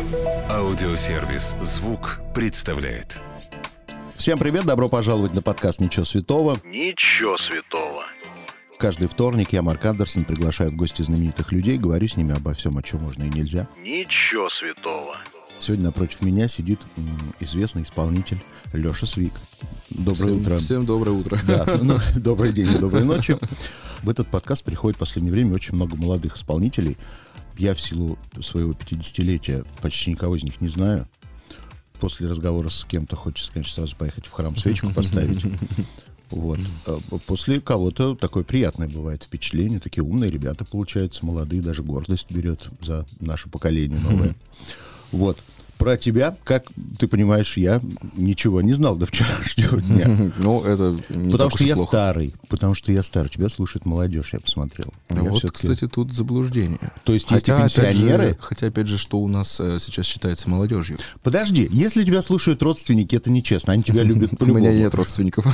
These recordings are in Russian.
Аудиосервис «Звук» представляет. Всем привет, добро пожаловать на подкаст «Ничего святого». Ничего святого. Каждый вторник я, Марк Андерсон, приглашаю в гости знаменитых людей, говорю с ними обо всем, о чем можно и нельзя. Ничего святого. Сегодня напротив меня сидит известный исполнитель Леша Свик. Доброе утро. Всем доброе утро. Да, добрый день и доброй ночи. В этот подкаст приходит в последнее время очень много молодых исполнителей. Я в силу своего 50-летия почти никого из них не знаю. После разговора с кем-то хочется, конечно, сразу поехать в храм свечку поставить. Вот. После кого-то такое приятное бывает впечатление. Такие умные ребята получаются, молодые, даже гордость берет за наше поколение новое. Вот. Про тебя, как ты понимаешь, я ничего не знал до вчерашнего дня. Ну, это не Потому так что уж и я плохо. старый. Потому что я старый. Тебя слушает молодежь, я посмотрел. А Я вот, все-таки... кстати, тут заблуждение. То есть есть и пенсионеры? Хотя, опять же, что у нас сейчас считается молодежью. Подожди, если тебя слушают родственники, это нечестно. Они тебя любят У по-любому. меня нет родственников.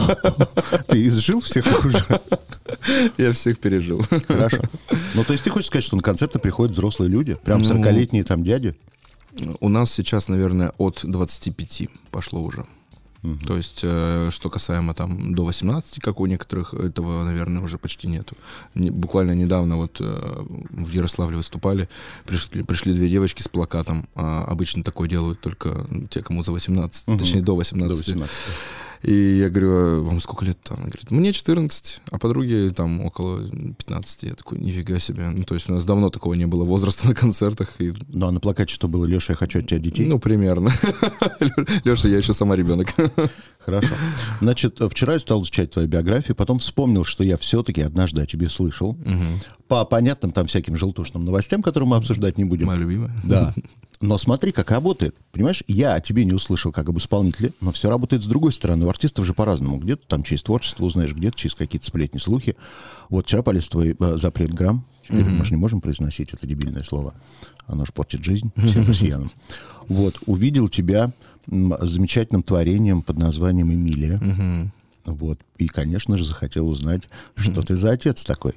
Ты изжил всех уже? Я всех пережил. Хорошо. Ну, то есть ты хочешь сказать, что на концерты приходят взрослые люди? Прям 40-летние там дяди? У нас сейчас, наверное, от 25 пошло уже. То есть, что касаемо там до 18, как у некоторых, этого, наверное, уже почти нету. Буквально недавно вот в Ярославле выступали, пришли две девочки с плакатом. Обычно такое делают только те, кому за 18, точнее до 18. До 18. И я говорю, вам сколько лет-то? Она говорит, мне 14, а подруге там около 15. Я такой, нифига себе. Ну, то есть у нас давно такого не было возраста на концертах. И... Ну, а на плакате что было? Леша, я хочу от тебя детей? Ну, примерно. Леша, я еще сама ребенок. Хорошо. Значит, вчера я стал изучать твою биографию, потом вспомнил, что я все-таки однажды о тебе слышал. По понятным там всяким желтушным новостям, которые мы обсуждать не будем. Моя любимая. Да. Но смотри, как работает. Понимаешь, я о тебе не услышал как об исполнителе, но все работает с другой стороны. У артистов же по-разному. Где-то там через творчество узнаешь, где-то через какие-то сплетни, слухи. Вот вчера полез твой запрет грамм. Теперь мы же не можем произносить это дебильное слово. Оно же портит жизнь всем россиянам. Вот. Увидел тебя замечательным творением под названием «Эмилия». Вот. И, конечно же, захотел узнать, что ты за отец такой.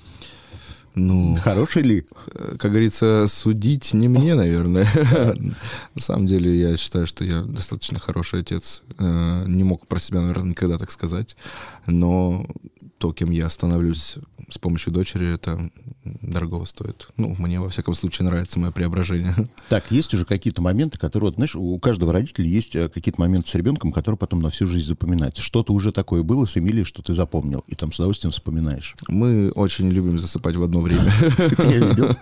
Ну, хороший ли? Как говорится, судить не мне, наверное. На самом деле, я считаю, что я достаточно хороший отец. Не мог про себя, наверное, никогда так сказать. Но то, кем я становлюсь с помощью дочери, это дорого стоит. Ну, мне, во всяком случае, нравится мое преображение. Так, есть уже какие-то моменты, которые, вот, знаешь, у каждого родителя есть какие-то моменты с ребенком, которые потом на всю жизнь запоминаются. Что-то уже такое было с Эмилией, что ты запомнил, и там с удовольствием вспоминаешь. Мы очень любим засыпать в одно время. Это я видел.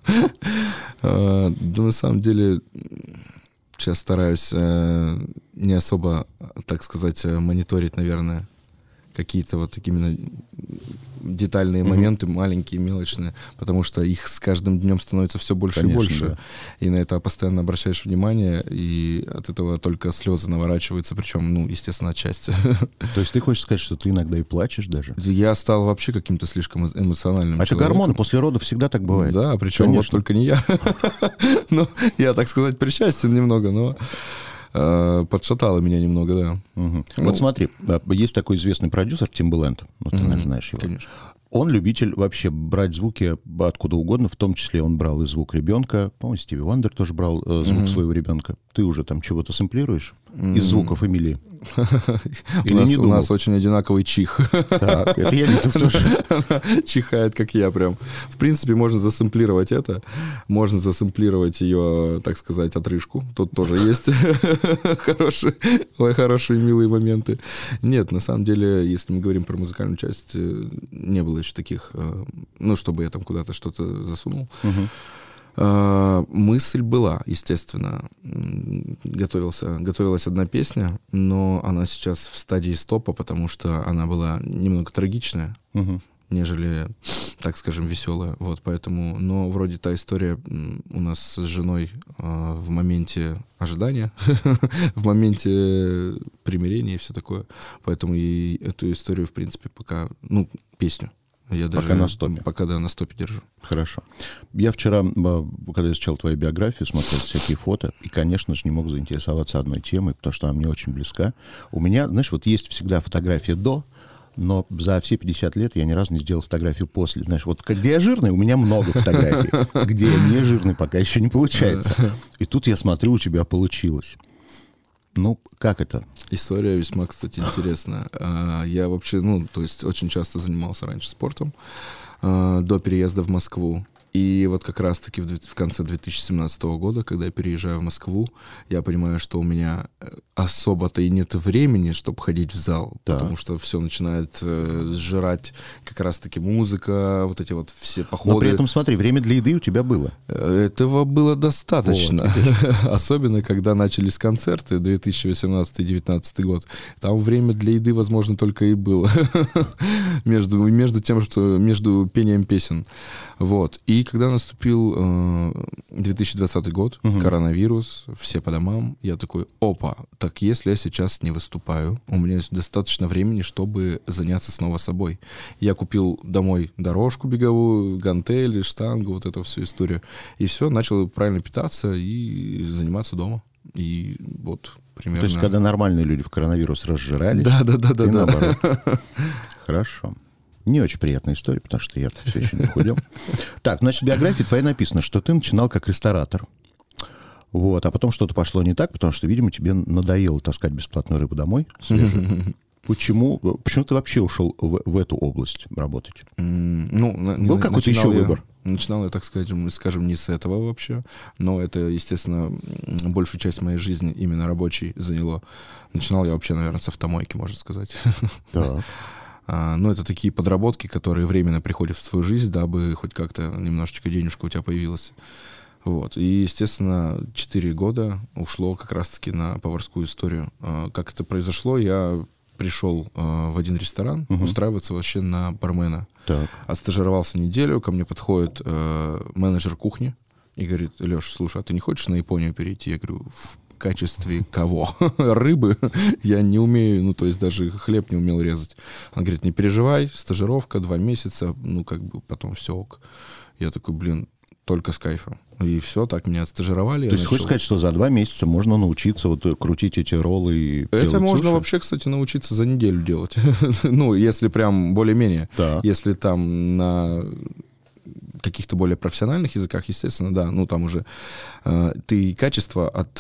Да, на самом деле, сейчас стараюсь не особо, так сказать, мониторить, наверное, какие-то вот именно детальные моменты, маленькие, мелочные, потому что их с каждым днем становится все больше. Конечно, и больше. Да. И на это постоянно обращаешь внимание, и от этого только слезы наворачиваются, причем, ну, естественно, отчасти. То есть ты хочешь сказать, что ты иногда и плачешь даже? Я стал вообще каким-то слишком эмоциональным это человеком. гормоны, после родов всегда так бывает. Да, причем вот только не я. Ну, я, так сказать, причастен немного, но... подшатало меня немного, да. Вот смотри, есть такой известный продюсер Timbaland, ну, ты, наверное, знаешь его. Конечно. Он любитель вообще брать звуки откуда угодно, в том числе он брал и звук ребенка. По-моему, Стиви Вандер тоже брал звук своего ребенка. Ты уже там чего-то сэмплируешь из звуков Эмилии? У нас очень одинаковый чих. Так, это я видел тоже. Чихает, как я прям. В принципе, можно засэмплировать это. Можно засэмплировать ее, так сказать, отрыжку. Тут тоже есть хорошие, милые моменты. Нет, на самом деле, если мы говорим про музыкальную часть, не было еще таких, ну, чтобы я там куда-то что-то засунул. Мысль была, естественно. Готовилась одна песня, но она сейчас в стадии стопа, потому что она была немного трагичная, нежели, так скажем, веселая. Вот, поэтому, но вроде та история у нас с женой в моменте ожидания, в моменте примирения и все такое. Поэтому и эту историю, в принципе, пока, ну, песню. Я даже пока на стопе. Пока, да, на стопе держу. Хорошо. Я вчера, когда изучал твою биографию, смотрел всякие фото, и, конечно же, не мог заинтересоваться одной темой, потому что она мне очень близка. У меня, знаешь, вот есть всегда фотография до, но за все 50 лет я ни разу не сделал фотографию после. Знаешь, вот где я жирный, у меня много фотографий. Где я не жирный, пока еще не получается. И тут я смотрю, у тебя получилось. Ну, как это? История весьма, кстати, интересная. Я вообще, то есть очень часто занимался раньше спортом до переезда в Москву. И вот как раз-таки в конце 2017 года, когда я переезжаю в Москву, я понимаю, что у меня особо-то и нет времени, чтобы ходить в зал, потому что все начинает сжирать как раз-таки музыка, вот эти вот все походы. Но при этом, смотри, время для еды у тебя было. Этого было достаточно. Вот, особенно, когда начались концерты 2018-2019 год. Там время для еды, возможно, только и было. между тем, что между пением песен. Вот. И когда наступил 2020 год, коронавирус, все по домам, я такой, опа, так если я сейчас не выступаю, у меня есть достаточно времени, чтобы заняться снова собой. Я купил домой дорожку беговую, гантели, штангу, вот эту всю историю. И все, начал правильно питаться и заниматься дома. И вот примерно... То есть, когда нормальные люди в коронавирус разжирались, да. наоборот. Хорошо. Не очень приятная история, потому что я все еще не худел. Так, значит, в биографии твоей написано, что ты начинал как ресторатор. Вот, а потом что-то пошло не так, потому что, видимо, тебе надоело таскать бесплатную рыбу домой. Почему ты вообще ушел в эту область работать? Был какой-то еще выбор? Начинал я, так скажем, не с этого вообще, но это, естественно, большую часть моей жизни именно рабочей заняло. Начинал я вообще, наверное, с автомойки, можно сказать. Так. Это такие подработки, которые временно приходят в твою жизнь, дабы хоть как-то немножечко денежка у тебя появилась. Вот. И, естественно, 4 года ушло как раз-таки на поварскую историю. Как это произошло, я пришел в один ресторан устраиваться вообще на бармена. Так. Отстажировался неделю, ко мне подходит менеджер кухни и говорит: Леш, слушай, а ты не хочешь на Японию перейти? Я говорю: в качестве кого? Рыбы? Я не умею, то есть даже хлеб не умел резать. Он говорит: не переживай, стажировка, 2 месяца, потом все ок. Я такой, только с кайфом. И все, так меня отстажировали. То есть хочешь сказать, что за 2 месяца можно научиться крутить эти роллы и это можно суши? Вообще, кстати, научиться за неделю делать. Если прям более-менее. Да. Если там на каких-то более профессиональных языках, естественно, да, там уже ты качество от...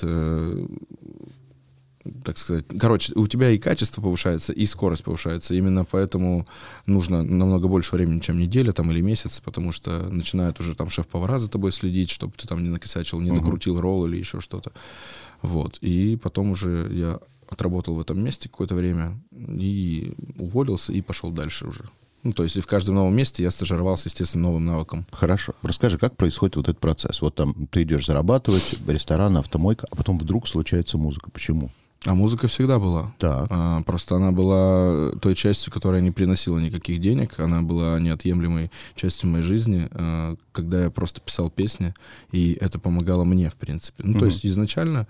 так сказать, у тебя и качество повышается, и скорость повышается. Именно поэтому нужно намного больше времени, чем неделя или месяц, потому что начинают уже там шеф-повара за тобой следить, чтобы ты там не накосячил, не докрутил ролл или еще что-то. Вот. И потом уже я отработал в этом месте какое-то время и уволился, и пошел дальше уже. То есть и в каждом новом месте я стажировался, естественно, новым навыком. Хорошо. Расскажи, как происходит вот этот процесс? Вот там ты идешь зарабатывать, ресторан, автомойка, а потом вдруг случается музыка. Почему? А музыка всегда была. Так. Просто она была той частью, которая не приносила никаких денег. Она была неотъемлемой частью моей жизни, когда я просто писал песни, и это помогало мне, в принципе. То есть изначально...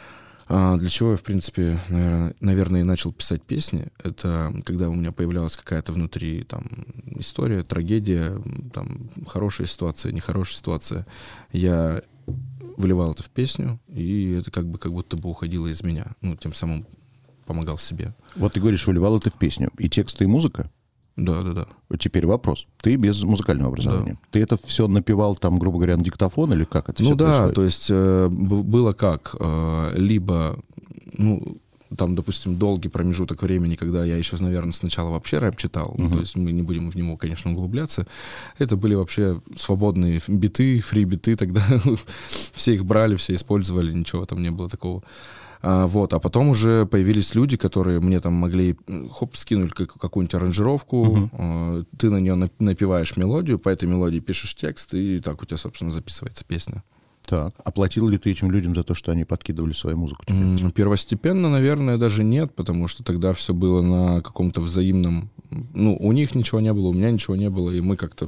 Для чего я, в принципе, наверное, и начал писать песни, это когда у меня появлялась какая-то внутри история, трагедия, хорошая ситуация, нехорошая ситуация. Я выливал это в песню, и это как будто бы уходило из меня. Тем самым помогал себе. Вот ты говоришь, выливал это в песню. И тексты, и музыка? Да. Теперь вопрос. Ты без музыкального образования. Да. Ты это все напевал, грубо говоря, на диктофон, или как это все происходит? То есть было как? Либо, допустим, долгий промежуток времени, когда я еще, наверное, сначала вообще рэп читал, то есть мы не будем в него, конечно, углубляться. Это были вообще свободные биты, фри-биты тогда. Все их брали, все использовали, ничего там не было такого. А потом уже появились люди, которые мне могли, скинули какую-нибудь аранжировку, ты на нее напеваешь мелодию, по этой мелодии пишешь текст, и так у тебя, собственно, записывается песня. Так. Оплатил ли ты этим людям за то, что они подкидывали свою музыку тебе? Первостепенно, наверное, даже нет, потому что тогда все было на каком-то взаимном... у них ничего не было, у меня ничего не было, и мы как-то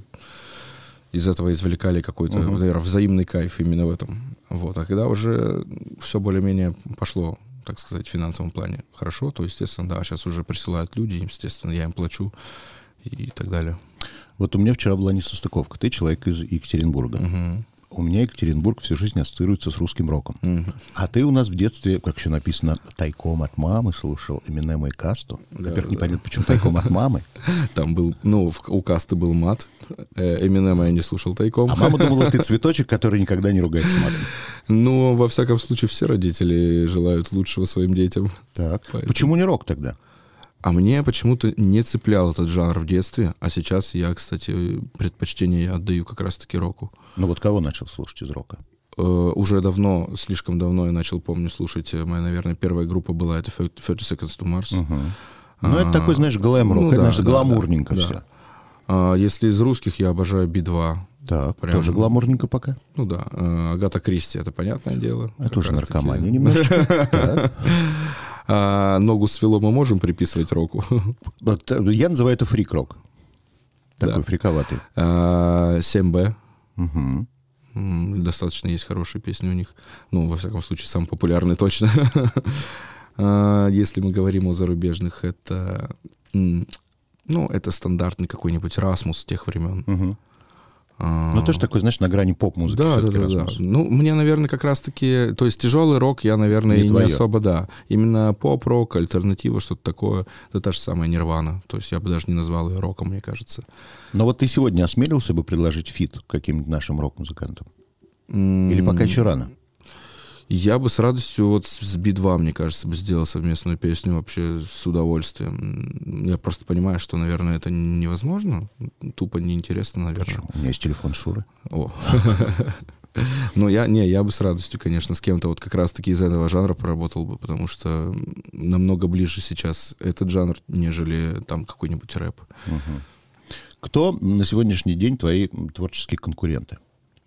из этого извлекали какой-то, наверное, взаимный кайф именно в этом. А когда уже все более-менее пошло, так сказать, в финансовом плане хорошо, то, естественно, да, сейчас уже присылают люди, естественно, я им плачу и так далее. Вот у меня вчера была несостыковка. Ты человек из Екатеринбурга. У меня Екатеринбург всю жизнь ассоциируется с русским роком. А ты у нас в детстве, как еще написано, тайком от мамы слушал Эминема и Касту. Во-первых, непонятно, почему тайком от мамы. Там был, у Касты был мат. Эминема я не слушал тайком. А мама думала, ты цветочек, который никогда не ругается матом. Ну, во всяком случае, все родители желают лучшего своим детям. Так. Почему не рок тогда? А мне почему-то не цеплял этот жанр в детстве, а сейчас я, кстати, предпочтение отдаю как раз-таки року. Ну вот кого начал слушать из рока? Уже давно, слишком давно я начал, помню, слушать. Моя, наверное, первая группа была, это 30 Seconds to Mars. Ну это такой, знаешь, глэм-рок, это, знаешь, гламурненько все. Если из русских, я обожаю Би-2. Так, тоже гламурненько пока. Ну да, Агата Кристи, это понятное дело. Это уже наркомания немножечко. Ногу свело мы можем приписывать року? Я называю это фрик-рок. Такой фриковатый. 7Б. Достаточно есть хорошие песни у них. Ну, во всяком случае, самые популярные точно. Если мы говорим о зарубежных, это... Ну, это стандартный какой-нибудь Расмус тех времен. Ну, тоже такой, знаешь, на грани поп-музыки. Да. Ну, мне, наверное, как раз-таки... То есть тяжелый рок я, наверное, не особо, да. Именно поп-рок, альтернатива, что-то такое. Это та же самая Нирвана. То есть я бы даже не назвал ее роком, мне кажется. Но вот ты сегодня осмелился бы предложить фит каким-нибудь нашим рок-музыкантам? Или пока еще рано? Я бы с радостью вот с Би-2, мне кажется, бы сделал совместную песню вообще с удовольствием. Я просто понимаю, что, наверное, это невозможно. Тупо неинтересно, наверное. Почему? У меня есть телефон Шуры. О. Ну, я бы с радостью, конечно, с кем-то вот как раз-таки из этого жанра поработал бы, потому что намного ближе сейчас этот жанр, нежели там какой-нибудь рэп. Кто на сегодняшний день твои творческие конкуренты?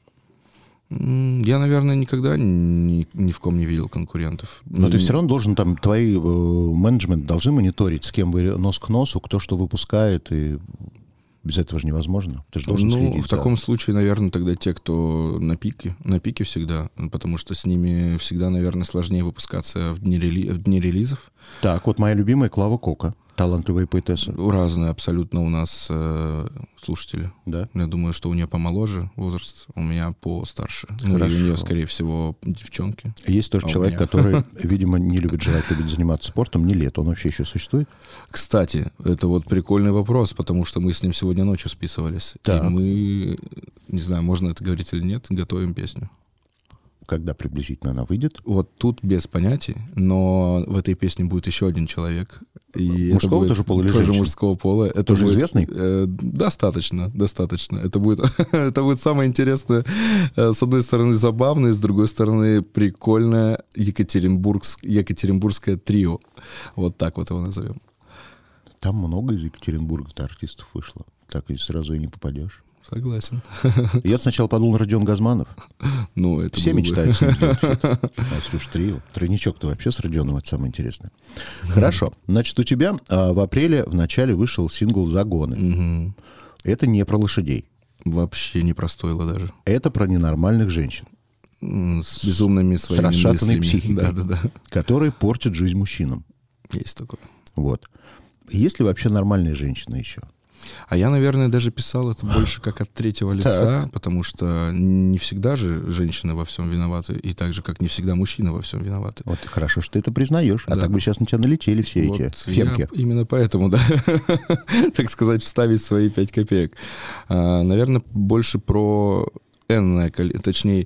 Я, наверное, никогда ни в ком не видел конкурентов. Но ты все равно должен, там, твои менеджмент должны мониторить, с кем вы нос к носу, кто что выпускает, и без этого же невозможно. Ты же должен следить. В таком случае, наверное, тогда те, кто на пике всегда, потому что с ними всегда, наверное, сложнее выпускаться в дни релизов. Так, вот моя любимая Клава Кока, талантливая поэтесса. Разные абсолютно у нас слушатели. Да? Я думаю, что у нее помоложе возраст, у меня постарше. Ну, и у нее, скорее всего, девчонки. Есть тоже человек, который, видимо, не любит жрать, любит заниматься спортом. Не лет, он вообще еще существует? Кстати, это вот прикольный вопрос, потому что мы с ним сегодня ночью списывались. Так. И мы, не знаю, можно это говорить или нет, готовим песню. Когда приблизительно она выйдет? Вот тут без понятий, но в этой песне будет еще один человек. И мужского тоже пола или женщины? Тоже мужского пола. Это тоже будет, известный? Достаточно. Это будет самое интересное. С одной стороны забавное, с другой стороны прикольное екатеринбургское трио. Вот так вот его назовем. Там много из Екатеринбурга-то артистов вышло. Так и сразу и не попадешь. Согласен. Я сначала подумал Родион Газманов. Ну, это все мечтают с ним сделать фит. Слушай, трио. Тройничок-то вообще с Родионом, это самое интересное. Хорошо. Значит, у тебя в апреле в начале вышел сингл «Загоны». Это не про лошадей. Вообще не про стойло даже. Это про ненормальных женщин. С безумными своими мыслями. С расшатанной психикой. Да. Которые портят жизнь мужчинам. Есть такое. Вот. Есть ли вообще нормальные женщины еще? А я, наверное, даже писал это больше как от третьего лица, потому что не всегда же женщины во всем виноваты, и так же, как не всегда мужчины во всем виноваты. Вот хорошо, что ты это признаешь, а так бы сейчас на тебя налетели все вот эти фемки. Именно поэтому, да, так сказать, вставить свои 5 копеек. Наверное, больше про точнее,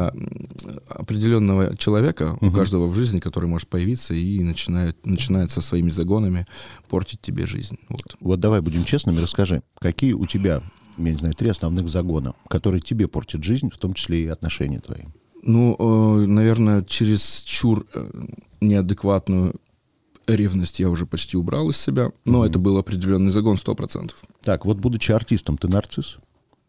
определенного человека, у каждого в жизни, который может появиться и начинает со своими загонами портить тебе жизнь. Вот давай будем честными, расскажи, какие у тебя, я не знаю, 3 основных загона, которые тебе портят жизнь, в том числе и отношения твои? Ну, наверное, чересчур неадекватную ревность я уже почти убрал из себя, но это был определенный загон 100%. Так, вот будучи артистом, ты нарцисс?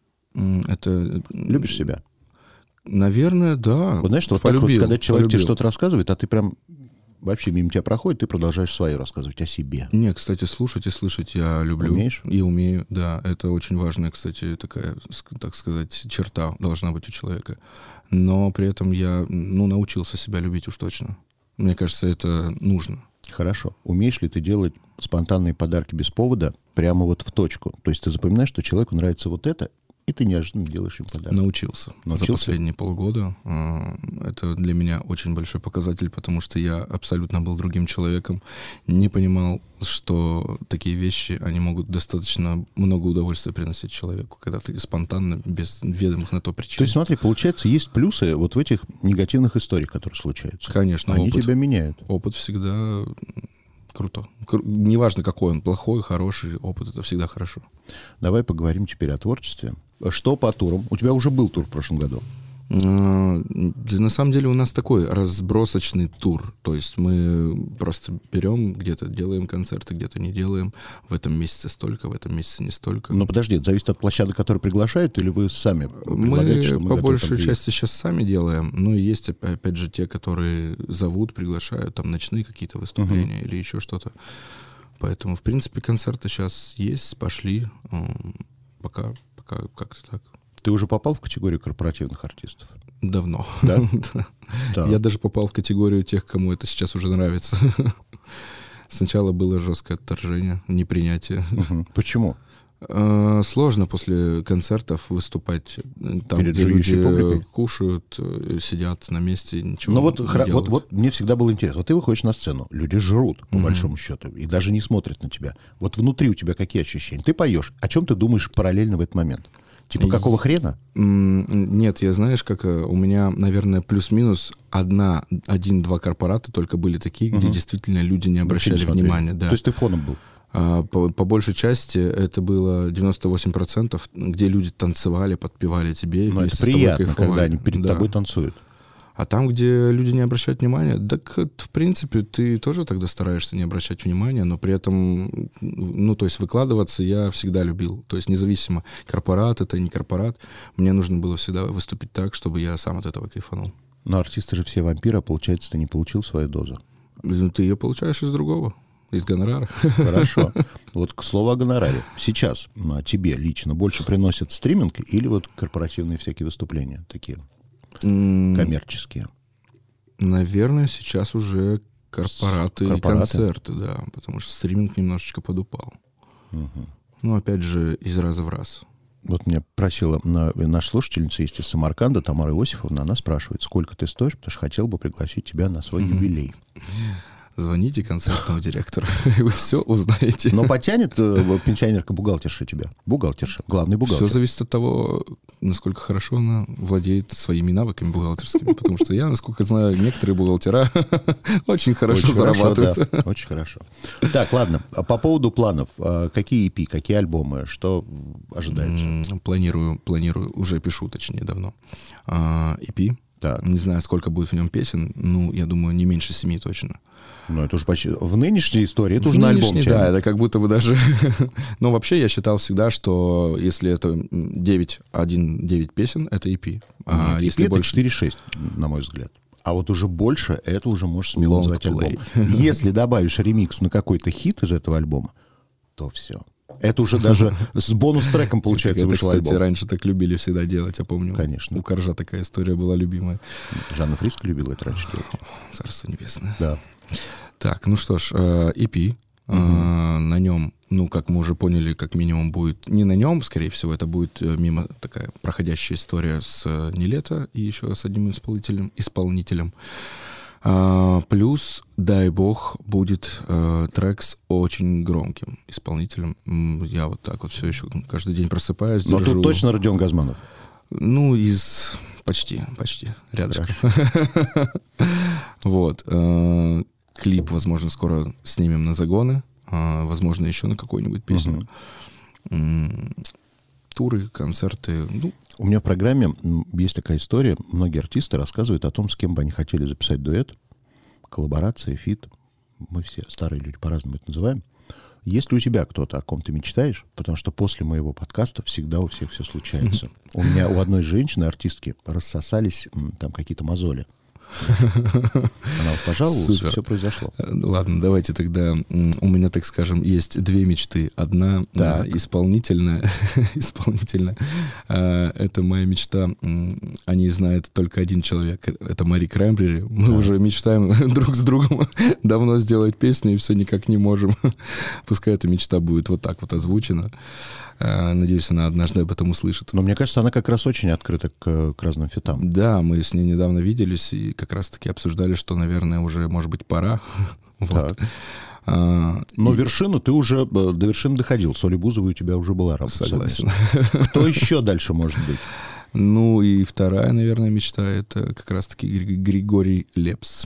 Это... Любишь себя? Наверное, да. Вот знаешь, что вот так вот, когда человек тебе что-то рассказывает, а ты прям вообще мимо тебя проходит, ты продолжаешь свое рассказывать о себе. Не, кстати, слушать и слышать я люблю. Умеешь? И умею, да. Это очень важная, кстати, такая, так сказать, черта должна быть у человека. Но при этом я, научился себя любить уж точно. Мне кажется, это нужно. Хорошо. Умеешь ли ты делать спонтанные подарки без повода прямо вот в точку? То есть ты запоминаешь, что человеку нравится вот это, и ты неожиданно делаешь им подарок. Научился за последние полгода. Это для меня очень большой показатель, потому что я абсолютно был другим человеком, не понимал, что такие вещи, они могут достаточно много удовольствия приносить человеку, когда ты спонтанно, без ведомых на то причин. То есть, смотри, получается, есть плюсы вот в этих негативных историях, которые случаются. Конечно. Они тебя меняют. Опыт всегда круто. Неважно, какой он, плохой, хороший, опыт — это всегда хорошо. Давай поговорим теперь о творчестве. Что по турам? У тебя уже был тур в прошлом году. На самом деле у нас такой разбросочный тур. То есть мы просто берем, где-то делаем концерты, где-то не делаем. В этом месяце столько, в этом месяце не столько. Но подожди, это зависит от площадок, которые приглашают, или вы сами предлагаете, что мы по большей части сейчас сами делаем. Но есть, опять же, те, которые зовут, приглашают, там ночные какие-то выступления или еще что-то. Поэтому, в принципе, концерты сейчас есть, пошли. Пока как-то так. Ты уже попал в категорию корпоративных артистов? Давно. Да? Да. Я даже попал в категорию тех, кому это сейчас уже нравится. Сначала было жесткое отторжение, непринятие. Почему? Сложно после концертов выступать там, перед где люди публикой кушают, сидят на месте, ничего не делают. Вот мне всегда было интересно. Вот ты выходишь на сцену, люди жрут, по большому счету, и даже не смотрят на тебя. Вот внутри у тебя какие ощущения? Ты поешь. О чем ты думаешь параллельно в этот момент? Типа, какого хрена? Нет, я, знаешь, как у меня, наверное, плюс-минус один-два корпората только были такие, где действительно люди не обращали внимания. Да. То есть ты фоном был? По большей части это было 98%, где люди танцевали, подпевали тебе. Но это приятно, когда они перед тобой танцуют. А там, где люди не обращают внимания, так, в принципе, ты тоже тогда стараешься не обращать внимания, но при этом, то есть выкладываться я всегда любил. То есть независимо, корпорат это, не корпорат, мне нужно было всегда выступить так, чтобы я сам от этого кайфанул. Но артисты же все вампиры, а получается, ты не получил свою дозу. Ты ее получаешь из другого, из гонорара. Хорошо. Вот к слову о гонораре. Сейчас тебе лично больше приносят стриминг или вот корпоративные всякие выступления такие? Коммерческие. Наверное, сейчас уже корпораты и концерты, да, потому что стриминг немножечко подупал. Опять же, из раза в раз. Вот меня просила наша слушательница из Самарканда, Тамара Иосифовна, она спрашивает, сколько ты стоишь, потому что хотел бы пригласить тебя на свой юбилей. Звоните концертному директору, и вы все узнаете. Но потянет пенсионерка-бухгалтерша тебя? Бухгалтерша, главный бухгалтер. Все зависит от того, насколько хорошо она владеет своими навыками бухгалтерскими. Потому что я, насколько знаю, некоторые бухгалтера очень хорошо зарабатывают. Да, очень хорошо. Так, ладно. По поводу планов. Какие EP, какие альбомы? Что ожидается? Планирую, уже пишу, точнее, давно. EP. Так. Не знаю, сколько будет в нем песен. Я думаю, не меньше 7 точно. Это уже почти... В нынешней истории это уже на альбом тянет. Да, это как будто бы даже... Но вообще я считал всегда, что если это 9 песен, это EP. А если это больше... 4-6, на мой взгляд. А вот уже больше, это уже можешь смело называть альбом. Если добавишь ремикс на какой-то хит из этого альбома, то все. Это уже даже с бонус-треком, получается, вышел альбом. Кстати, раньше так любили всегда делать, я помню. Конечно. У Коржа такая история была любимая. Жанна Фриско любила это раньше делать. Царство небесное. Да. Так, что ж, EP. На нем, как мы уже поняли, как минимум будет... Не на нем, скорее всего, это будет мимо такая проходящая история с Нилетто и еще с одним исполнителем. Плюс, дай бог, будет трек с очень громким исполнителем. Я вот так вот все еще каждый день просыпаюсь, держу. Но тут точно Родион Газманов? Из... Почти, рядышком. Вот. Клип, возможно, скоро снимем на загоны. Возможно, еще на какую-нибудь песню. Туры, концерты. У меня в программе есть такая история. Многие артисты рассказывают о том, с кем бы они хотели записать дуэт, коллаборация, фит. Мы все, старые люди, по-разному это называем. Есть ли у тебя кто-то, о ком ты мечтаешь? Потому что после моего подкаста всегда у всех все случается. У меня у одной женщины, артистки, рассосались там какие-то мозоли. Она вот пожаловалась, и все произошло. Ладно, давайте тогда. У меня, так скажем, есть две мечты. Одна исполнительная. Это моя мечта. О ней знает только один человек. Это Мари Краймбрери. Мы уже мечтаем друг с другом давно сделать песню, и все никак не можем. Пускай эта мечта будет вот так вот озвучена. Надеюсь, она однажды об этом услышит. Но мне кажется, она как раз очень открыта к разным фитам. Да, мы с ней недавно виделись и как раз-таки обсуждали, что, наверное, уже, может быть, пора. Вот. Но вершину ты уже до вершины доходил. С Олей Бузовой у тебя уже была работа. Согласен. Кто еще дальше может быть? Ну и вторая, наверное, мечта — это как раз-таки Григорий Лепс.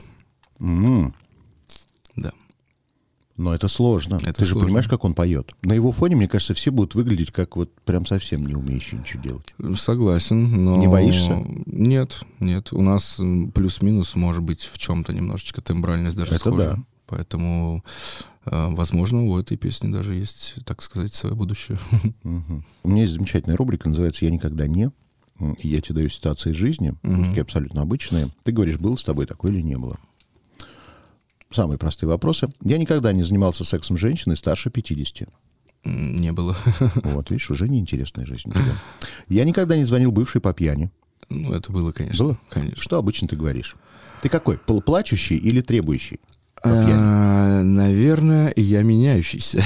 Да. Но это сложно. Ты же понимаешь, как он поет. На его фоне, мне кажется, все будут выглядеть как вот прям совсем не умеющие ничего делать. Согласен, но... Не боишься? Нет. У нас плюс-минус, может быть, в чем-то немножечко тембральность даже схожа. Да. Поэтому, возможно, у этой песни даже есть, так сказать, свое будущее. У меня есть замечательная рубрика, называется «Я никогда не». И я тебе даю ситуации из жизни, такие абсолютно обычные. Ты говоришь, было с тобой такое или не было. Самые простые вопросы. Я никогда не занимался сексом с женщиной старше 50. Не было. Вот, видишь, уже неинтересная жизнь. Я никогда не звонил бывшей по пьяни. Ну, это было, конечно. Было? Конечно. Что обычно ты говоришь? Ты какой, плачущий или требующий? Наверное, я меняющийся.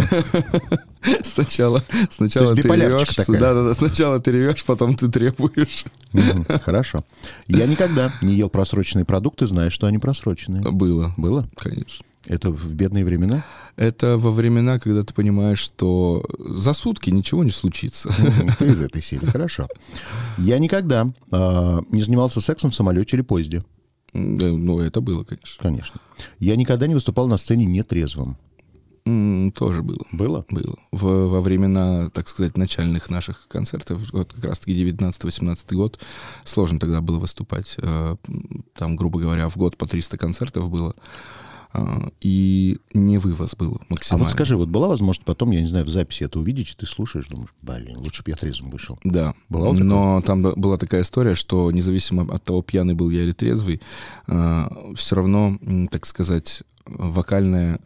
Сначала ты ревешь. Да, сначала ты ревешь, потом ты требуешь. Хорошо. Я никогда не ел просроченные продукты, зная, что они просроченные. Было. Было? Конечно. Это в бедные времена? Это во времена, когда ты понимаешь, что за сутки ничего не случится. Ты из этой серии. Хорошо. Я никогда не занимался сексом в самолете или поезде. Ну, это было, конечно. Конечно. Я никогда не выступал на сцене нетрезвым. Тоже было. Было? Было. Во времена, так сказать, начальных наших концертов, вот как раз-таки 19-18 год, сложно тогда было выступать. Там, грубо говоря, в год по 300 концертов было. И не вывоз был максимально. А вот скажи, вот была возможность потом, я не знаю, в записи это увидеть, и ты слушаешь, думаешь, блин, лучше бы я трезвым вышел. Да. Бывало такое? Но там была такая история, что независимо от того, пьяный был я или трезвый, все равно, так сказать, вокальная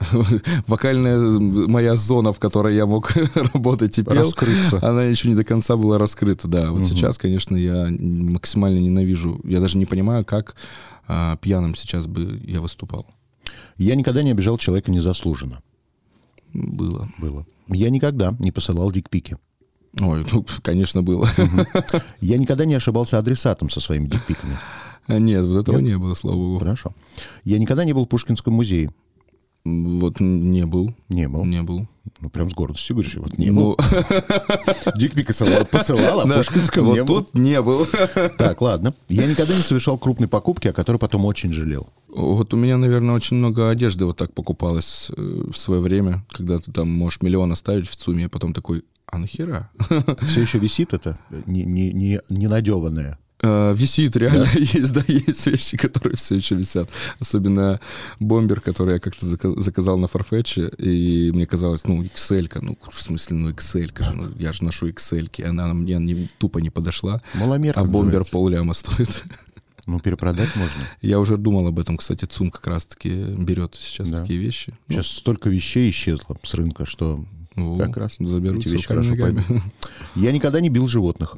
моя зона, в которой я мог работать и пел, раскрыться. Она еще не до конца была раскрыта, да. Вот сейчас, конечно, я максимально ненавижу. Я даже не понимаю, как пьяным сейчас бы я выступал. Я никогда не обижал человека незаслуженно. Было. Я никогда не посылал дикпики. Ой, ну, конечно, было. Я никогда не ошибался адресатом со своими дикпиками. Нет, вот этого не было, слава богу. Хорошо. Я никогда не был в Пушкинском музее. Вот не был. Не был. Ну, прям с гордостью говоришь, вот не был. Дикпик посылал, а Пушкинском не был. Вот тут не был. Так, ладно. Я никогда не совершал крупной покупки, о которой потом очень жалел. Вот у меня, наверное, очень много одежды вот так покупалось в свое время, когда ты там можешь миллион оставить в ЦУМе, а потом такой, а нахера? Все еще висит это? Не надеванное? Висит, реально, да? Есть вещи, которые все еще висят. Особенно бомбер, который я как-то заказал на Farfetch, и мне казалось, XL-ка, в смысле, XL-ка же, я же ношу XL-ки, она мне тупо не подошла, маломерка а бомбер называется. $500 стоит. Перепродать можно. Я уже думал об этом, кстати, ЦУМ как раз-таки берет сейчас такие вещи. Сейчас столько вещей исчезло с рынка, что как раз заберут эти вещи хорошо пойдут. Я никогда не бил животных.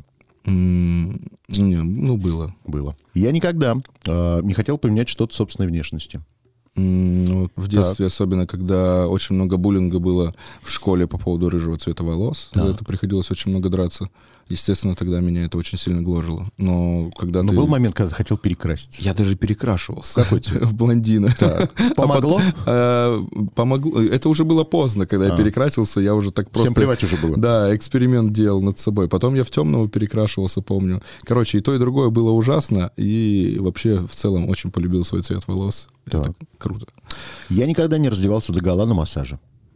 Было. Я никогда не хотел поменять что-то в собственной внешности. В детстве, особенно, когда очень много буллинга было в школе по поводу рыжего цвета волос, за это приходилось очень много драться. Естественно, тогда меня это очень сильно гложило. Но был момент, когда ты хотел перекраситься? Я даже перекрашивался. Какой цвет? В блондина. Помогло? Помогло. Это уже было поздно, когда я перекрасился. Я уже так просто... Всем плевать уже было. Да, эксперимент делал над собой. Потом я в темного перекрашивался, помню. Короче, и то, и другое было ужасно. И вообще, в целом, очень полюбил свой цвет волос. Это круто. Я никогда не раздевался догола на массаже.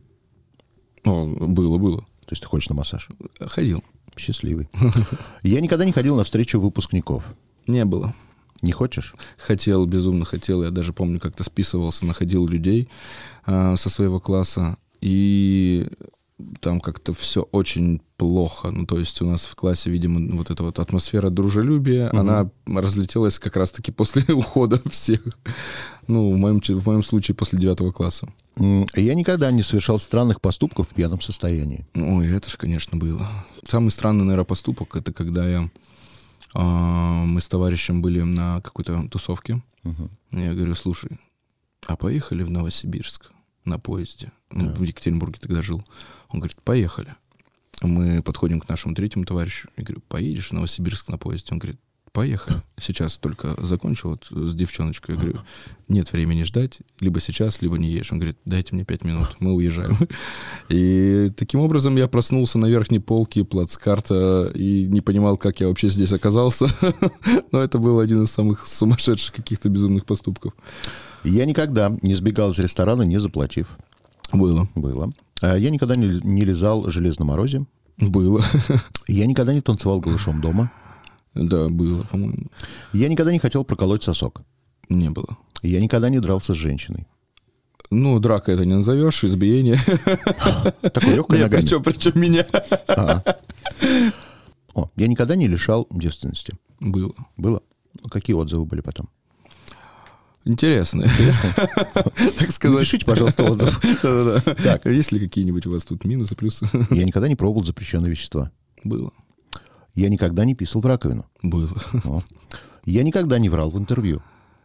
Было. То есть ты ходишь на массаж? Ходил. Счастливый. Я никогда не ходил на встречу выпускников. Не было. Не хочешь? Хотел, безумно хотел. Я даже помню, как-то списывался, находил людей со своего класса. И там как-то все очень плохо. То есть у нас в классе, видимо, вот эта вот атмосфера дружелюбия, она разлетелась как раз-таки после ухода всех. В моем случае после 9 класса. Я никогда не совершал странных поступков в пьяном состоянии. Ой, это же, конечно, было. Самый странный, наверное, поступок — это когда мы с товарищем были на какой-то тусовке. Я говорю, слушай, а поехали в Новосибирск на поезде? В Екатеринбурге тогда жил. Он говорит, поехали. Мы подходим к нашему третьему товарищу. Я говорю, поедешь в Новосибирск на поезде? Он говорит, поехали. Сейчас только закончил вот с девчоночкой. Я говорю, нет времени ждать. Либо сейчас, либо не едешь. Он говорит, дайте мне 5 минут, мы уезжаем. И таким образом я проснулся на верхней полке плацкарта и не понимал, как я вообще здесь оказался. Но это был один из самых сумасшедших каких-то безумных поступков. Я никогда не сбегал из ресторана, не заплатив. Было. Я никогда не лизал железо на морозе. Было. Я никогда не танцевал голышом дома. Да, было, по-моему. Я никогда не хотел проколоть сосок. Не было. Я никогда не дрался с женщиной. Ну, драка это не назовешь, избиение. Такой легкой ногами. Причем меня. Я никогда не лишал девственности. Было. Какие отзывы были потом? Интересно. Так сказать. Напишите, пожалуйста, отзыв. Так. Есть ли какие-нибудь у вас тут минусы, плюсы? Я никогда не пробовал запрещенные вещества. Было. Я никогда не писал в раковину. Было. Я никогда не врал в интервью.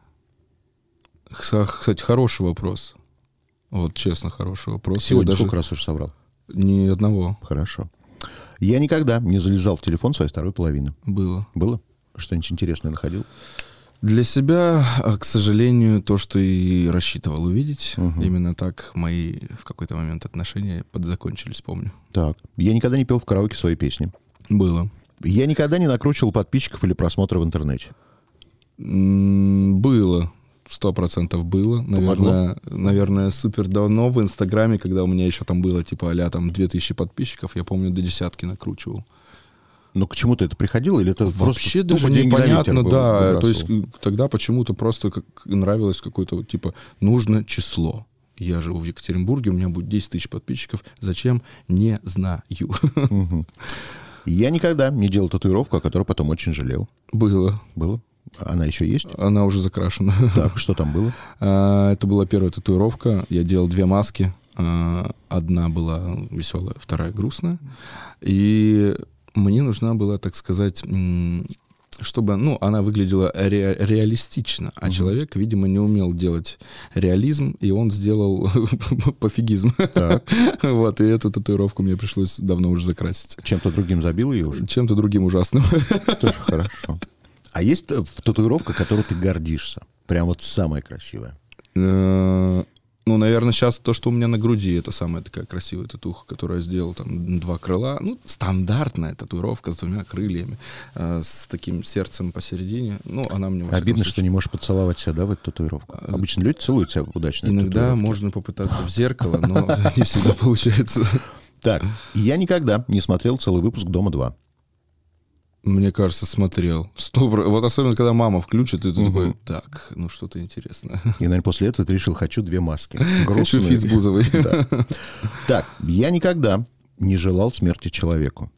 Кстати, хороший вопрос. Вот, честно, хороший вопрос. Сегодня сколько раз уже соврал? Ни одного. Хорошо. Я никогда не залезал в телефон своей второй половины. Было. Что-нибудь интересное находил? Для себя, к сожалению, то, что и рассчитывал увидеть, именно так мои в какой-то момент отношения подзакончились, помню. Так. Я никогда не пел в караоке свои песни. Было. Я никогда не накручивал подписчиков или просмотры в интернете. Было. 100% было. Наверное, супер давно в Инстаграме, когда у меня еще там было типа а-ля там 2000 подписчиков, я помню, до 10 накручивал. Но к чему-то это приходило или это вообще просто даже непонятно, да. Выбрасывал? То есть тогда почему-то просто нравилось какое-то типа нужно число. Я живу в Екатеринбурге, у меня будет 10 тысяч подписчиков. Зачем? Не знаю. Я никогда не делал татуировку, о которой потом очень жалел. Было. Она еще есть? Она уже закрашена. Так, что там было? Это была первая татуировка. Я делал 2 маски. Одна была веселая, вторая грустная. И мне нужна была, так сказать, чтобы, она выглядела реалистично, а человек, видимо, не умел делать реализм, и он сделал пофигизм. Вот, и эту татуировку мне пришлось давно уже закрасить. Чем-то другим забил ее уже? Чем-то другим ужасным. Тоже хорошо. А есть татуировка, которой ты гордишься? Прям вот самая красивая? Наверное, сейчас то, что у меня на груди, это самая такая красивая татуха, которую я сделал, там 2 крыла. Стандартная татуировка с 2 крыльями, с таким сердцем посередине. Она мне... Обидно, что не можешь поцеловать себя, да, в эту татуировку? Обычно люди целуют себя удачно. Иногда можно попытаться в зеркало, но не всегда получается. Так, я никогда не смотрел целый выпуск «Дома-2». Мне кажется, смотрел. Вот особенно, когда мама включит, и ты такой, так, что-то интересное. И, наверное, после этого ты решил, хочу 2 маски. Хочу фит с Бузовой. Так, я никогда не желал смерти человеку.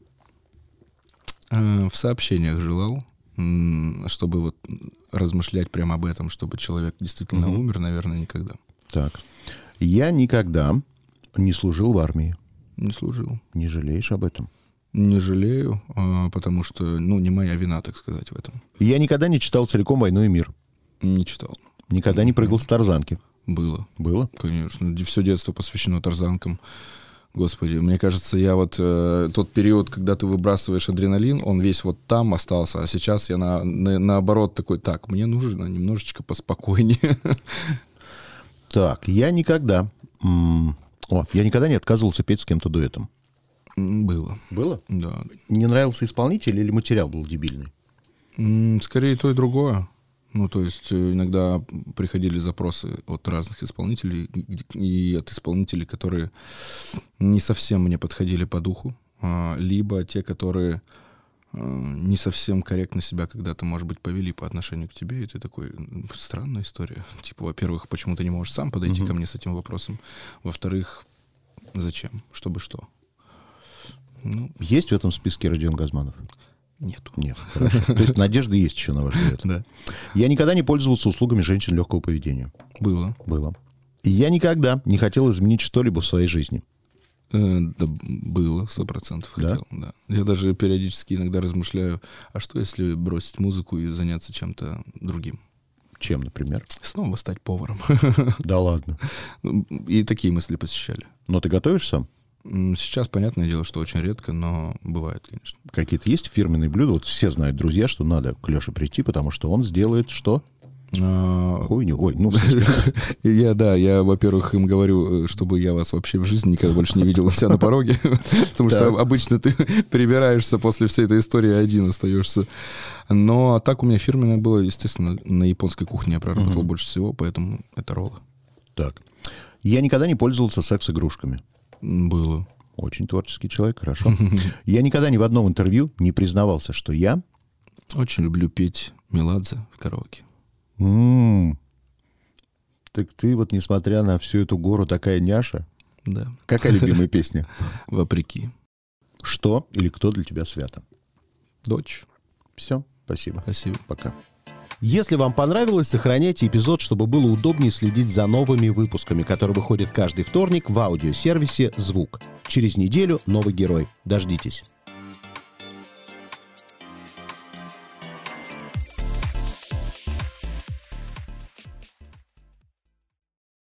В сообщениях желал, чтобы вот размышлять прямо об этом, чтобы человек действительно умер, наверное, никогда. Так, я никогда не служил в армии. Не служил. Не жалеешь об этом? Не жалею, потому что, не моя вина, так сказать, в этом. Я никогда не читал целиком «Войну и мир». Не читал. Никогда не прыгал с тарзанки. Было. Было? Конечно. Все детство посвящено тарзанкам. Господи, мне кажется, я вот тот период, когда ты выбрасываешь адреналин, он весь вот там остался, а сейчас я наоборот такой, так, мне нужно немножечко поспокойнее. Так, я никогда не отказывался петь с кем-то дуэтом. Было. Было? Да. Не нравился исполнитель или материал был дебильный? Скорее то и другое. То есть иногда приходили запросы от разных исполнителей и от исполнителей, которые не совсем мне подходили по духу, либо те, которые не совсем корректно себя когда-то, может быть, повели по отношению к тебе, и ты такой, странная история. Типа, во-первых, почему ты не можешь сам подойти ко мне с этим вопросом? Во-вторых, зачем? Чтобы что? Есть в этом списке Родион Газманов? Нету. Нет, хорошо. То есть надежда есть еще на ваш взгляд? Да. Я никогда не пользовался услугами женщин легкого поведения. Было. Я никогда не хотел изменить что-либо в своей жизни. Да, было, 100% хотел, да. Я даже периодически иногда размышляю, а что если бросить музыку и заняться чем-то другим? Чем, например? Снова стать поваром. Да ладно. И такие мысли посещали. Но ты готовишь сам? Сейчас, понятное дело, что очень редко, но бывает, конечно. Какие-то есть фирменные блюда? Вот все знают, друзья, что надо к Леше прийти, потому что он сделает что? Хуйню. Ой, ну... Я, во-первых, им говорю, чтобы я вас вообще в жизни никогда больше не видел у себя на пороге, потому что обычно ты прибираешься после всей этой истории, один остаешься. Но так у меня фирменное было, естественно, на японской кухне я проработал больше всего, поэтому это роллы. Так. Я никогда не пользовался секс-игрушками. Было. Очень творческий человек, хорошо. Я никогда ни в одном интервью не признавался, что я... Очень люблю петь Меладзе в караоке. Так ты вот, несмотря на всю эту гору, такая няша? Да. Какая любимая песня? Вопреки. Что или кто для тебя свято? Дочь. Все, спасибо. Спасибо. Пока. Если вам понравилось, сохраняйте эпизод, чтобы было удобнее следить за новыми выпусками, которые выходят каждый вторник в аудиосервисе «Звук». Через неделю новый герой. Дождитесь.